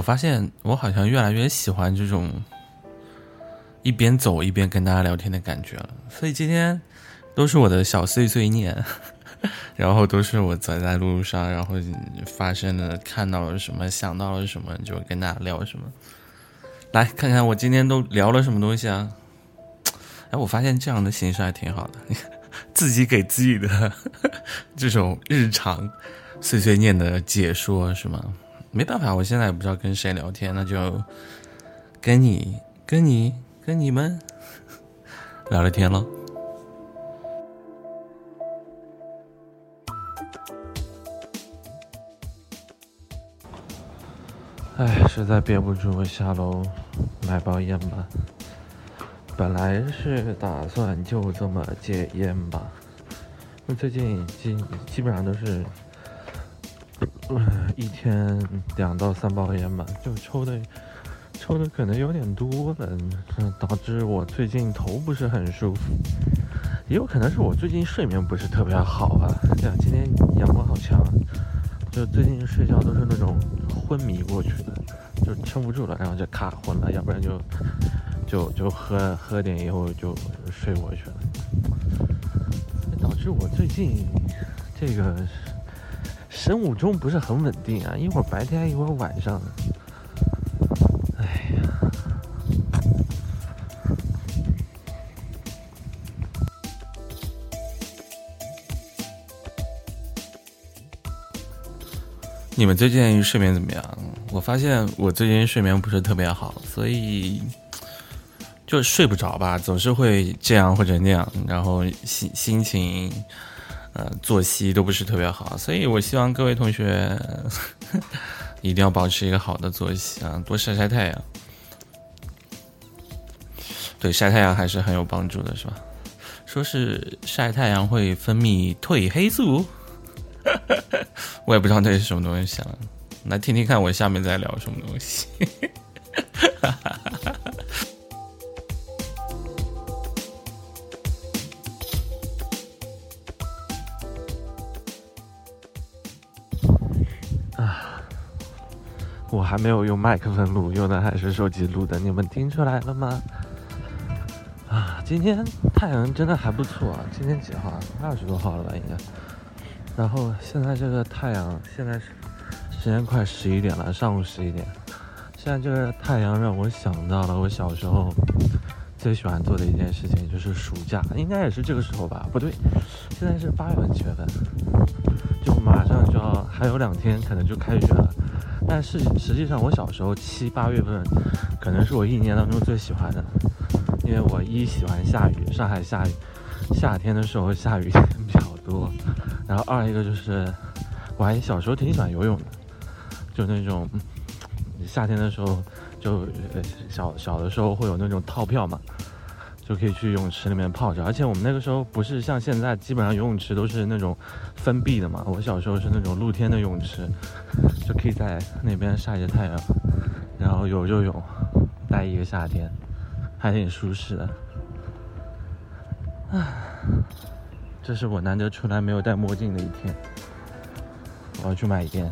发现我好像越来越喜欢这种一边走一边跟大家聊天的感觉了，所以今天都是我的小碎碎念，然后都是我走在路上，然后发生的看到了什么，想到了什么，就跟大家聊什么。来看看我今天都聊了什么东西啊？哎，我发现这样的形式还挺好的，自己给自己的这种日常碎碎念的解说是吗？没办法，我现在也不知道跟谁聊天，那就跟你们聊聊天咯。哎，实在憋不住，下楼买包烟吧。本来是打算就这么戒烟吧，最近基本上都是一天2到3包烟吧，就抽的可能有点多了，导致我最近头不是很舒服，也有可能是我最近睡眠不是特别好啊。对啊，今天阳光好强啊，就最近睡觉都是那种昏迷过去的，就撑不住了，然后就卡昏了，要不然就喝点以后就睡过去了，导致我最近这个生物钟不是很稳定啊，一会儿白天一会儿晚上的。哎呀，你们最近睡眠怎么样？我发现我最近睡眠不是特别好，所以就睡不着吧，总是会这样或者那样，然后心情作息都不是特别好，所以我希望各位同学一定要保持一个好的作息啊，多晒晒太阳。对，晒太阳还是很有帮助的，是吧？说是晒太阳会分泌褪黑素，我也不知道那是什么东西啊。来听听看我下面在聊什么东西。我还没有用麦克风录，用的还是手机录的，你们听出来了吗？啊，今天太阳真的还不错啊！今天几号啊？20多号了吧，应该。然后现在这个太阳，现在是时间快11点了，上午11点。现在这个太阳让我想到了我小时候最喜欢做的一件事情，就是暑假，应该也是这个时候吧？不对，现在是8月份、7月份，就马上就要还有2天，可能就开学了。但是实际上我小时候7、8月份可能是我一年当中最喜欢的，因为我一喜欢下雨，上海下雨，夏天的时候下雨比较多，然后二一个就是我还小时候挺喜欢游泳的，就那种夏天的时候就小的时候会有那种套票嘛，就可以去游泳池里面泡着，而且我们那个时候不是像现在基本上游泳池都是那种封闭的嘛，我小时候是那种露天的游泳池，就可以在那边晒着太阳，然后游泳，待一个夏天，还挺舒适的。这是我难得出来没有戴墨镜的一天，我要去买烟。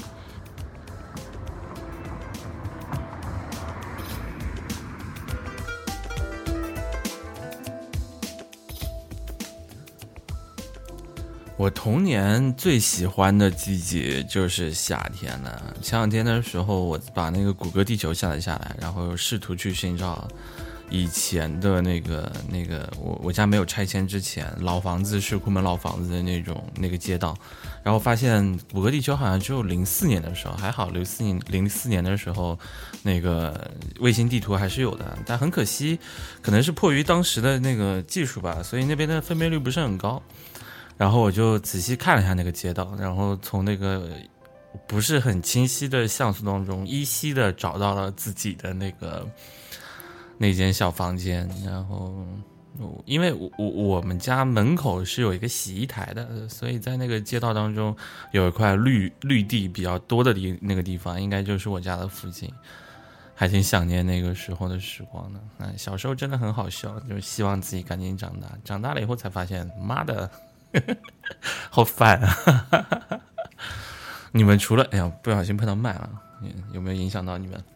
我童年最喜欢的季节就是夏天了。前2天的时候，我把那个谷歌地球下载下来，然后试图去寻找以前的那个我家没有拆迁之前老房子，石库门老房子的那个街道，然后发现谷歌地球好像只有04年的时候，还好04年的时候那个卫星地图还是有的，但很可惜，可能是迫于当时的那个技术吧，所以那边的分辨率不是很高。然后我就仔细看了一下那个街道，然后从那个不是很清晰的像素当中依稀的找到了自己的那间小房间。然后因为我们家门口是有一个洗衣台的，所以在那个街道当中有一块绿地比较多的那个地方，应该就是我家的附近。还挺想念那个时候的时光的。小时候真的很好笑，就是希望自己赶紧长大，长大了以后才发现妈的好烦啊。你们除了不小心碰到麦了， 有没有影响到你们？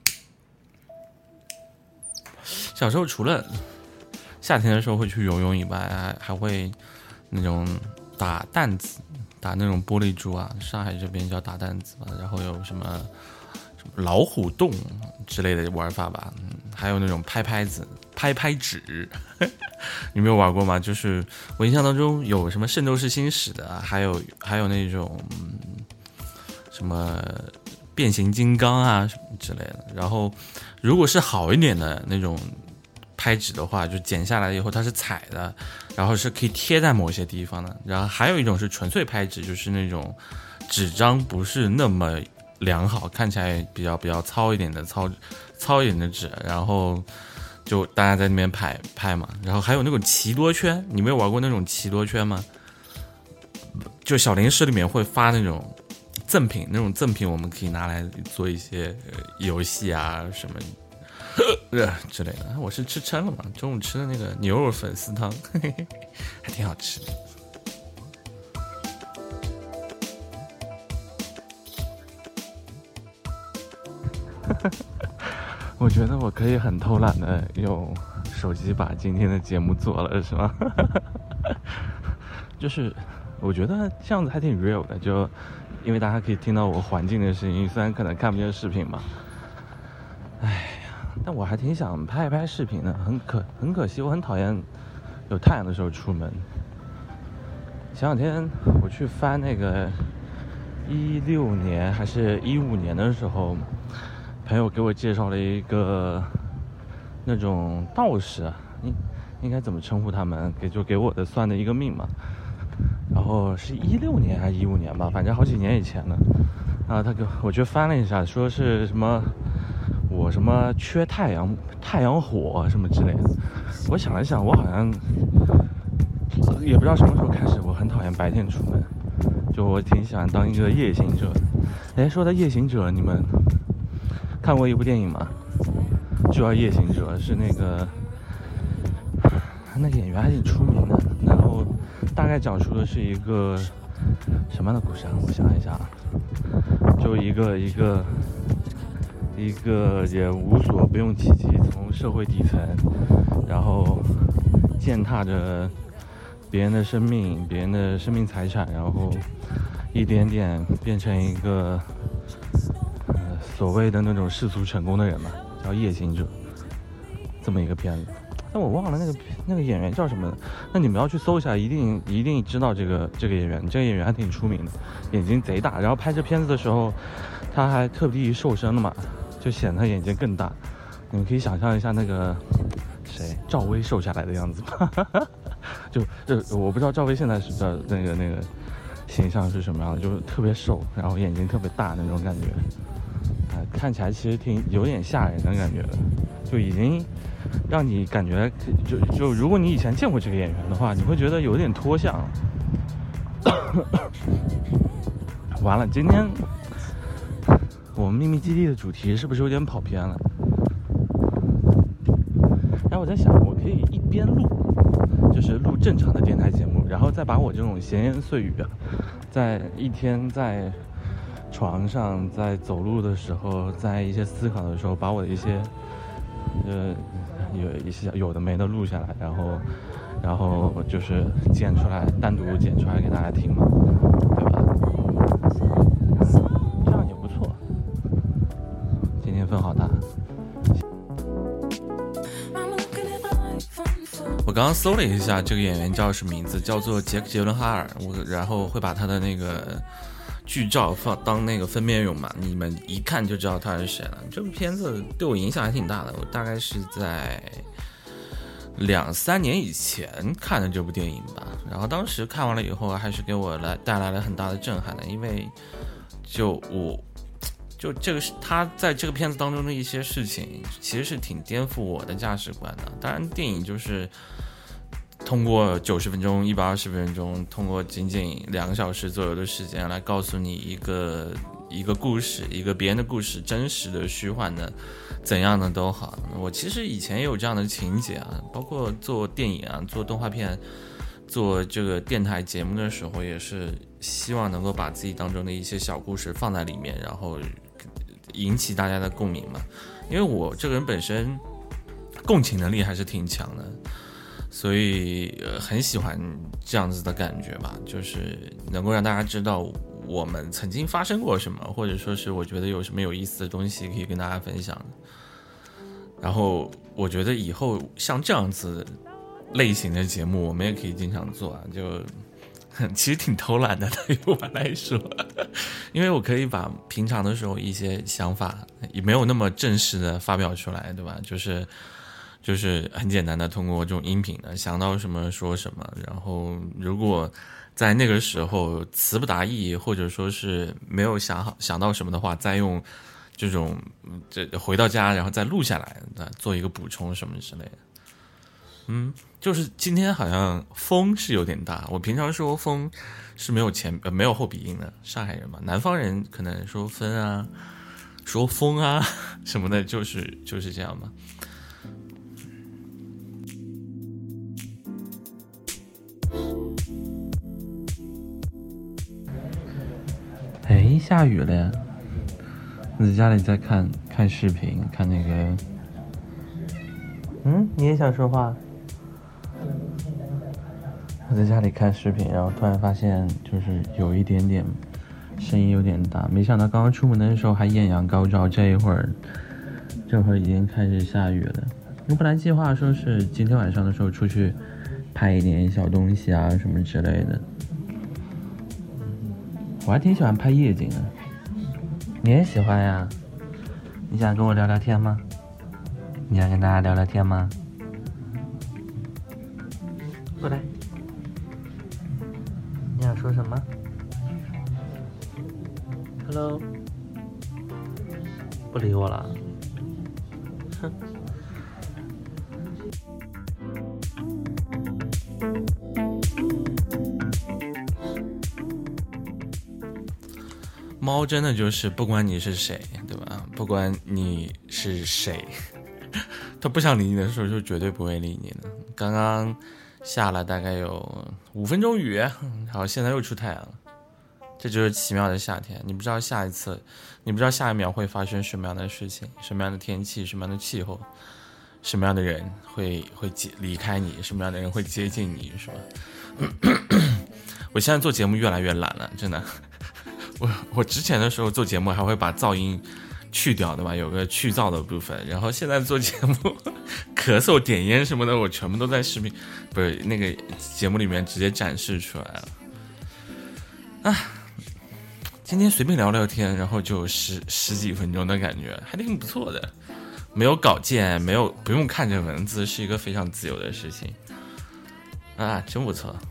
小时候除了夏天的时候会去游泳以外，还会那种打弹子，打那种玻璃珠啊，上海这边叫打弹子吧，然后有什么老虎洞之类的玩法吧，还有那种拍拍子、拍拍纸，你没有玩过吗？就是我印象当中有什么《圣斗士星矢》的，还有那种什么变形金刚啊什么之类的。然后如果是好一点的那种拍纸的话，就剪下来以后它是彩的，然后是可以贴在某些地方的。然后还有一种是纯粹拍纸，就是那种纸张不是那么良好，看起来比较糙一点的糙一点的纸，然后就大家在那边拍嘛。然后还有那种奇多圈，你没有玩过那种奇多圈吗？就小零食里面会发那种赠品，那种赠品我们可以拿来做一些游戏啊什么之类的。我是吃撑了嘛，中午吃的那个牛肉粉丝汤还挺好吃的。我觉得我可以很偷懒的用手机把今天的节目做了，是吗？就是我觉得这样子还挺 real 的，就因为大家可以听到我环境的声音，虽然可能看不见视频吧。哎呀，但我还挺想拍一拍视频的，很可惜，我很讨厌有太阳的时候出门。前两天我去翻那个16年还是15年的时候，朋友给我介绍了一个那种道士，应该怎么称呼他们？给我的算的一个命嘛。然后是16年还是15年吧，反正好几年以前了。然后我去翻了一下，说是什么我什么缺太阳火什么之类的。我想了想，我好像也不知道什么时候开始，我很讨厌白天出门，就我挺喜欢当一个夜行者。哎，说到夜行者，你们看过一部电影吗？就叫《夜行者》，是那个演员还挺出名的。然后大概讲述的是一个什么样的故事啊？我想一下，就一个也无所不用其极，从社会底层，然后践踏着别人的生命、别人的生命财产，然后一点点变成一个所谓的那种世俗成功的人嘛，叫夜行者，这么一个片子。但我忘了那个演员叫什么。那你们要去搜一下，一定知道这个演员。这个演员还挺出名的，眼睛贼大。然后拍这片子的时候，他还特地瘦身了嘛，就显得眼睛更大。你们可以想象一下那个谁赵薇瘦下来的样子吧。就我不知道赵薇现在是那个形象是什么样的，就是特别瘦，然后眼睛特别大那种感觉。看起来其实有点吓人的感觉的，就已经让你感觉就如果你以前见过这个演员的话，你会觉得有点脱相。完了，今天我们秘密基地的主题是不是有点跑偏了？然后我在想，我可以一边录，就是录正常的电台节目，然后再把我这种闲言碎语啊，在一天在床上，在走路的时候，在一些思考的时候，把我的一些有的没的录下来，然后就是剪出来，单独剪出来给大家听嘛，对吧？这样也不错。今天风好大。我刚刚搜了一下这个演员叫什么名字，叫做杰克·杰伦哈尔。然后会把他的那个剧照当那个封面用嘛，你们一看就知道他是谁了。这部片子对我影响还挺大的，我大概是在2-3年以前看的这部电影吧。然后当时看完了以后，还是给我带来了很大的震撼的，因为就这个是他在这个片子当中的一些事情，其实是挺颠覆我的价值观的。当然，电影就是通过90分钟、120分钟，通过仅仅2个小时左右的时间来告诉你一个故事，一个别人的故事，真实的、虚幻的，怎样的都好。我其实以前也有这样的情节啊，包括做电影啊、做动画片、做这个电台节目的时候，也是希望能够把自己当中的一些小故事放在里面，然后引起大家的共鸣嘛。因为我这个人本身共情能力还是挺强的，所以很喜欢这样子的感觉吧，就是能够让大家知道我们曾经发生过什么，或者说是我觉得有什么有意思的东西可以跟大家分享的。然后我觉得以后像这样子类型的节目我们也可以经常做啊，就其实挺偷懒的对于我来说，因为我可以把平常的时候一些想法也没有那么正式的发表出来，对吧，就是很简单的通过这种音频的想到什么说什么，然后如果在那个时候词不达意或者说是没有想到什么的话，再用这种回到家然后再录下来做一个补充什么之类的。就是今天好像风是有点大，我平常说风是没有后鼻音的，上海人嘛，南方人可能说风啊说风啊什么的，就是这样嘛。哎，下雨了呀！我在家里在看视频，看那个。你也想说话？我在家里看视频，然后突然发现就是有一点点声音有点大，没想到刚刚出门的时候还艳阳高照，这会儿已经开始下雨了。我本来计划说是今天晚上的时候出去拍一点小东西啊什么之类的。我还挺喜欢拍夜景的，你也喜欢呀？你想跟我聊聊天吗？你想跟大家聊聊天吗？过来，你想说什么 ？Hello， 不理我了，哼。猫真的就是不管你是谁，对吧？不管你是谁，它不想理你的时候就绝对不会理你的。刚刚下了大概有5分钟雨，好，现在又出太阳了。这就是奇妙的夏天，你不知道下一秒会发生什么样的事情，什么样的天气，什么样的气候，什么样的人会离开你，什么样的人会接近你，是吧？我现在做节目越来越懒了，真的。我之前的时候做节目还会把噪音去掉的吧，有个去噪的部分，然后现在做节目咳嗽点烟什么的我全部都在视频不是那个节目里面直接展示出来了啊。今天随便聊聊天，然后就十几分钟的感觉还挺不错的，没有稿件，不用看着文字，是一个非常自由的事情啊，真不错。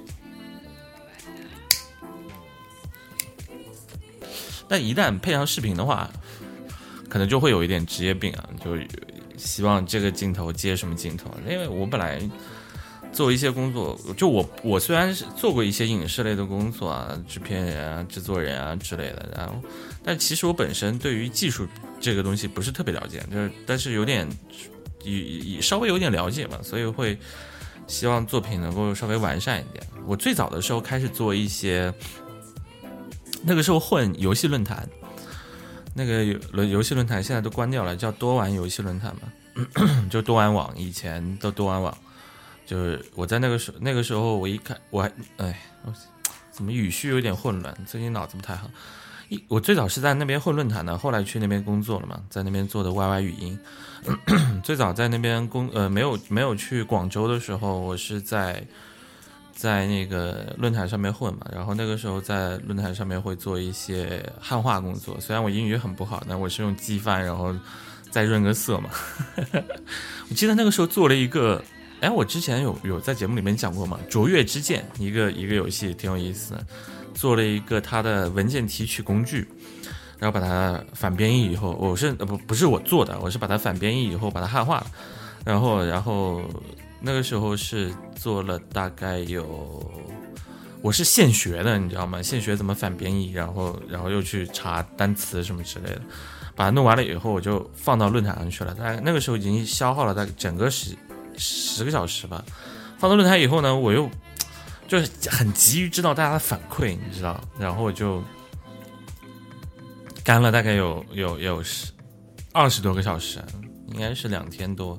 但一旦配上视频的话，可能就会有一点职业病啊，就希望这个镜头接什么镜头。因为我本来做一些工作，就我虽然是做过一些影视类的工作啊，制片人啊、制作人啊之类的，然后，但其实我本身对于技术这个东西不是特别了解，但是有点稍微有点了解嘛，所以会希望作品能够稍微完善一点。我最早的时候开始做一些。那个时候混游戏论坛，那个游戏论坛现在都关掉了，叫多玩游戏论坛嘛，就多玩网，以前都多玩网。就是我在那个时候我一看我还怎么语序有点混乱，最近脑子不太好。我最早是在那边混论坛的，后来去那边工作了嘛，在那边做的 YY 语音。最早在那边没有去广州的时候，我是在那个论坛上面混嘛，然后那个时候在论坛上面会做一些汉化工作，虽然我英语很不好，但我是用机翻然后再润个色嘛。我记得那个时候做了一个，我之前有在节目里面讲过嘛，卓越之剑一个游戏挺有意思的，做了一个它的文件提取工具，然后把它反编译以后，我是不是我做的，我是把它反编译以后把它汉化了，然后那个时候是做了大概我是现学的，你知道吗？现学怎么反编译，然后又去查单词什么之类的，把它弄完了以后，我就放到论坛上去了。大概那个时候已经消耗了大概整个10个小时吧。放到论坛以后呢，我又就是很急于知道大家的反馈，你知道，然后我就干了大概有20多个小时，应该是2天多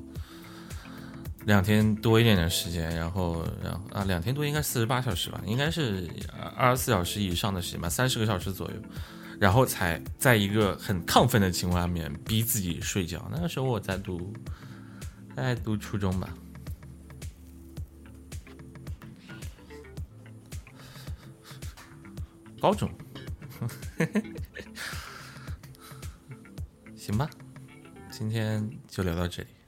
一点的时间，然后2天多应该48小时吧，应该是24小时以上的时间吧，30个小时左右，然后才在一个很亢奋的情况下面逼自己睡觉。那个时候我在读初中吧，高中，行吧，今天就聊到这里。